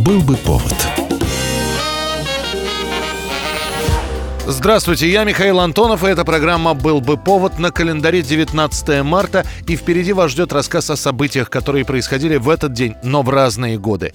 Был бы повод. Здравствуйте, я Михаил Антонов, и эта программа «Был бы повод». На календаре 19 марта, и впереди вас ждет рассказ о событиях, которые происходили в этот день, но в разные годы.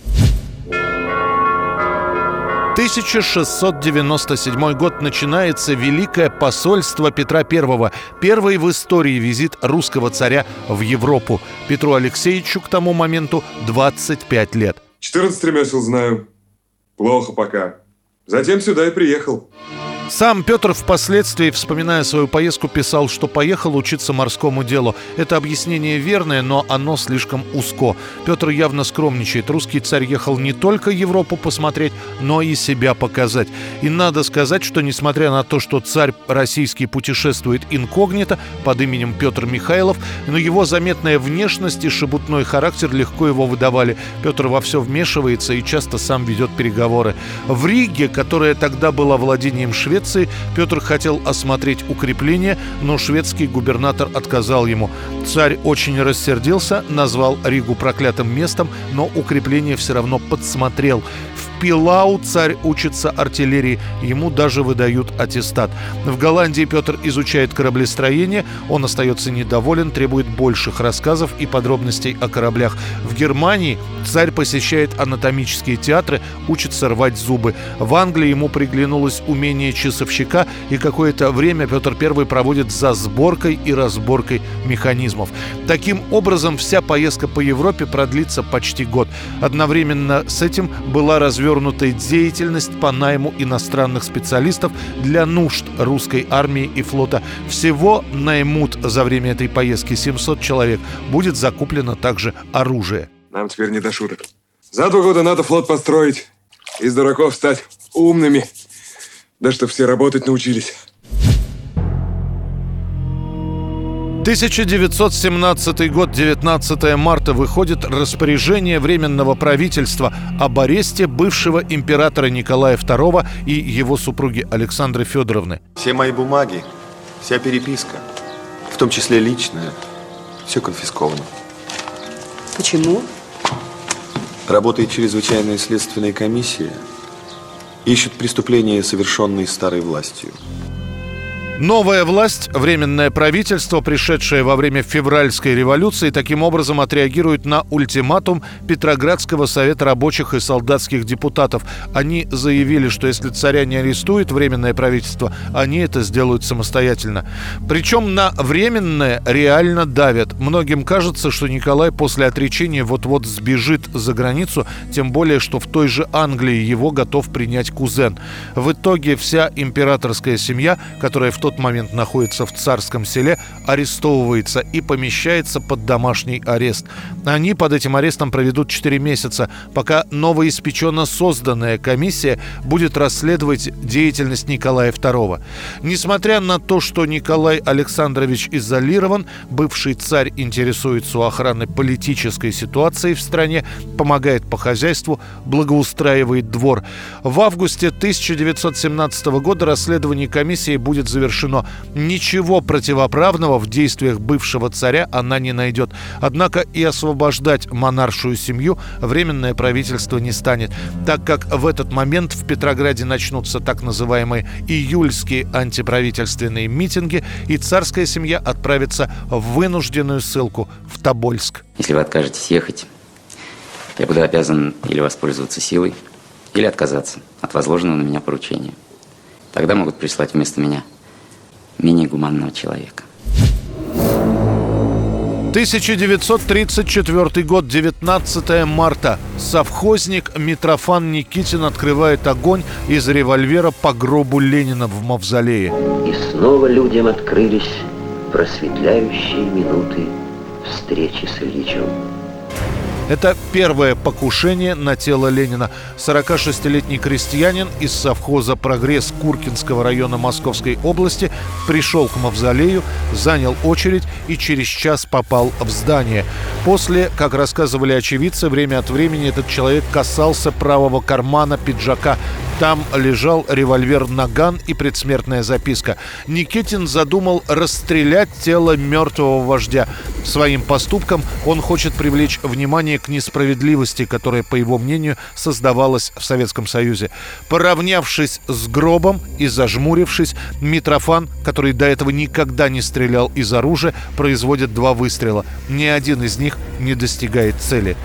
1697 год. Начинается Великое посольство Петра I. Первый в истории визит русского царя в Европу. Петру Алексеевичу к тому моменту 25 лет. 14 ремесел знаю. Плохо пока. Затем сюда и приехал. Сам Петр впоследствии, вспоминая свою поездку, писал, что поехал учиться морскому делу. Это объяснение верное, но оно слишком узко. Петр явно скромничает. Русский царь ехал не только Европу посмотреть, но и себя показать. И надо сказать, что несмотря на то, что царь российский путешествует инкогнито под именем Петр Михайлов, но его заметная внешность и шебутной характер легко его выдавали. Петр во все вмешивается и часто сам ведет переговоры. В Риге, которая тогда была владением Швеции, Петр хотел осмотреть укрепления, но шведский губернатор отказал ему. Царь очень рассердился, назвал Ригу проклятым местом, но укрепление все равно подсмотрел. В Пилау царь учится артиллерии, ему даже выдают аттестат. В Голландии Петр изучает кораблестроение, он остается недоволен, требует больших рассказов и подробностей о кораблях. В Германии царь посещает анатомические театры, учится рвать зубы. В Англии ему приглянулось умение часовщика, и какое-то время Петр I проводит за сборкой и разборкой механизмов. Таким образом, вся поездка по Европе продлится почти год. Одновременно с этим была развернута деятельность по найму иностранных специалистов для нужд русской армии и флота. Всего наймут за время этой поездки 700 человек. Будет закуплено также оружие. Нам теперь не до шуток. За 2 года надо флот построить. Из дураков стать умными. Да что все работать научились. 1917 год, 19 марта, выходит распоряжение Временного правительства об аресте бывшего императора Николая II и его супруги Александры Федоровны. Все мои бумаги, вся переписка, в том числе личная, все конфисковано. Почему? Работает чрезвычайная следственная комиссия. Ищут преступления, совершенные старой властью. Новая власть, Временное правительство, пришедшее во время февральской революции, таким образом отреагирует на ультиматум Петроградского совета рабочих и солдатских депутатов. Они заявили, что если царя не арестует Временное правительство, они это сделают самостоятельно. Причем на Временное реально давят. Многим кажется, что Николай после отречения вот-вот сбежит за границу, тем более, что в той же Англии его готов принять кузен. В итоге вся императорская семья, которая в тот момент находится в Царском Селе, арестовывается и помещается под домашний арест. Они под этим арестом проведут 4 месяца, пока новоиспеченно созданная комиссия будет расследовать деятельность Николая II. Несмотря на то, что Николай Александрович изолирован, бывший царь интересуется у охраны политической ситуацией в стране, помогает по хозяйству, благоустраивает двор. В августе 1917 года расследование комиссии будет завершено. Ничего противоправного в действиях бывшего царя она не найдет. Однако и освобождать монаршую семью Временное правительство не станет, так как в этот момент в Петрограде начнутся так называемые июльские антиправительственные митинги, и царская семья отправится в вынужденную ссылку в Тобольск. Если вы откажетесь ехать, я буду обязан или воспользоваться силой, или отказаться от возложенного на меня поручения. Тогда могут прислать вместо меня менее гуманного человека. 1934 год, 19 марта. Совхозник Митрофан Никитин открывает огонь из револьвера по гробу Ленина в мавзолее. И снова людям открылись просветляющие минуты встречи с Ильичем. Это первое покушение на тело Ленина. 46-летний крестьянин из совхоза «Прогресс» Куркинского района Московской области пришел к мавзолею, занял очередь и через час попал в здание. После, как рассказывали очевидцы, время от времени этот человек касался правого кармана пиджака. Там лежал револьвер «Наган» и предсмертная записка. Никитин задумал расстрелять тело мертвого вождя. Своим поступком он хочет привлечь внимание презрение к несправедливости, которая, по его мнению, создавалась в Советском Союзе. Поравнявшись с гробом и зажмурившись, Митрофан, который до этого никогда не стрелял из оружия, производит 2 выстрела. Ни один из них не достигает цели.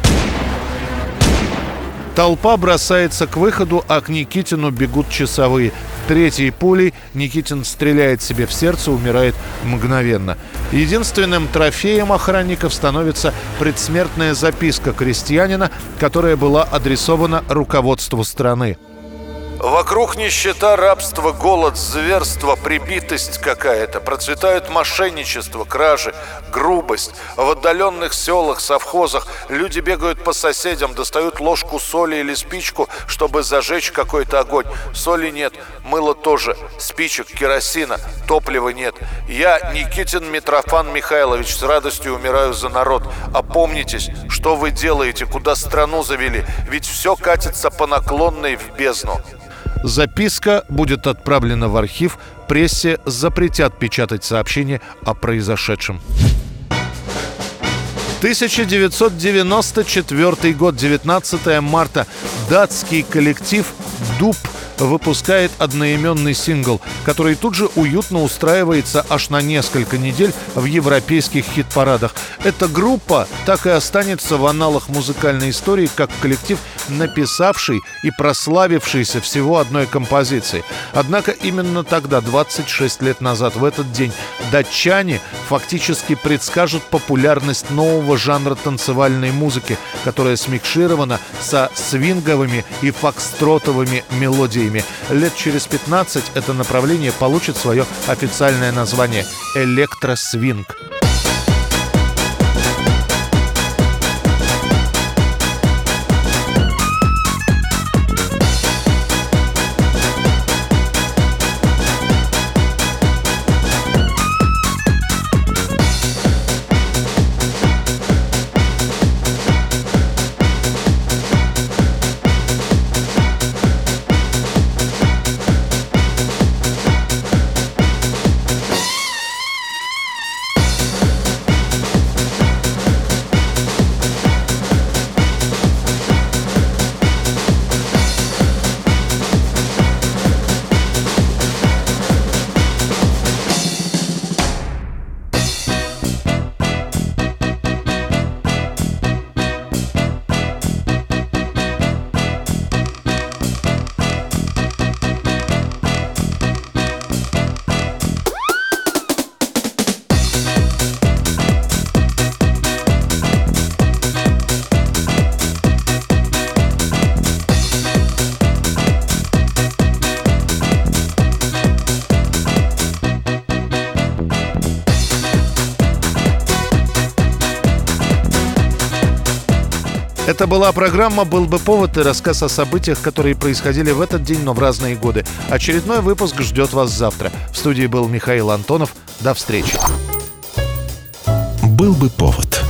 Толпа бросается к выходу, а к Никитину бегут часовые. 3-й пулей Никитин стреляет себе в сердце, умирает мгновенно. Единственным трофеем охранников становится предсмертная записка крестьянина, которая была адресована руководству страны. Вокруг нищета, рабство, голод, зверство, прибитость какая-то. Процветают мошенничество, кражи, грубость. В отдаленных селах, совхозах люди бегают по соседям, достают ложку соли или спичку, чтобы зажечь какой-то огонь. Соли нет, мыла тоже, спичек, керосина, топлива нет. Я, Никитин Митрофан Михайлович, с радостью умираю за народ. Опомнитесь, что вы делаете, куда страну завели, ведь все катится по наклонной в бездну. Записка будет отправлена в архив. Прессе запретят печатать сообщения о произошедшем. 1994 год, 19 марта. Датский коллектив «Дуб» выпускает одноименный сингл, который тут же уютно устраивается аж на несколько недель в европейских хит-парадах. Эта группа так и останется в аналах музыкальной истории как коллектив, написавший и прославившийся всего одной композицией. Однако именно тогда, 26 лет назад, в этот день, датчане фактически предскажут популярность нового жанра танцевальной музыки, которая смикширована со свинговыми и фокстротовыми мелодиями. Лет через 15 это направление получит свое официальное название – электросвинг. Это была программа «Был бы повод» и рассказ о событиях, которые происходили в этот день, но в разные годы. Очередной выпуск ждет вас завтра. В студии был Михаил Антонов. До встречи. «Был бы повод».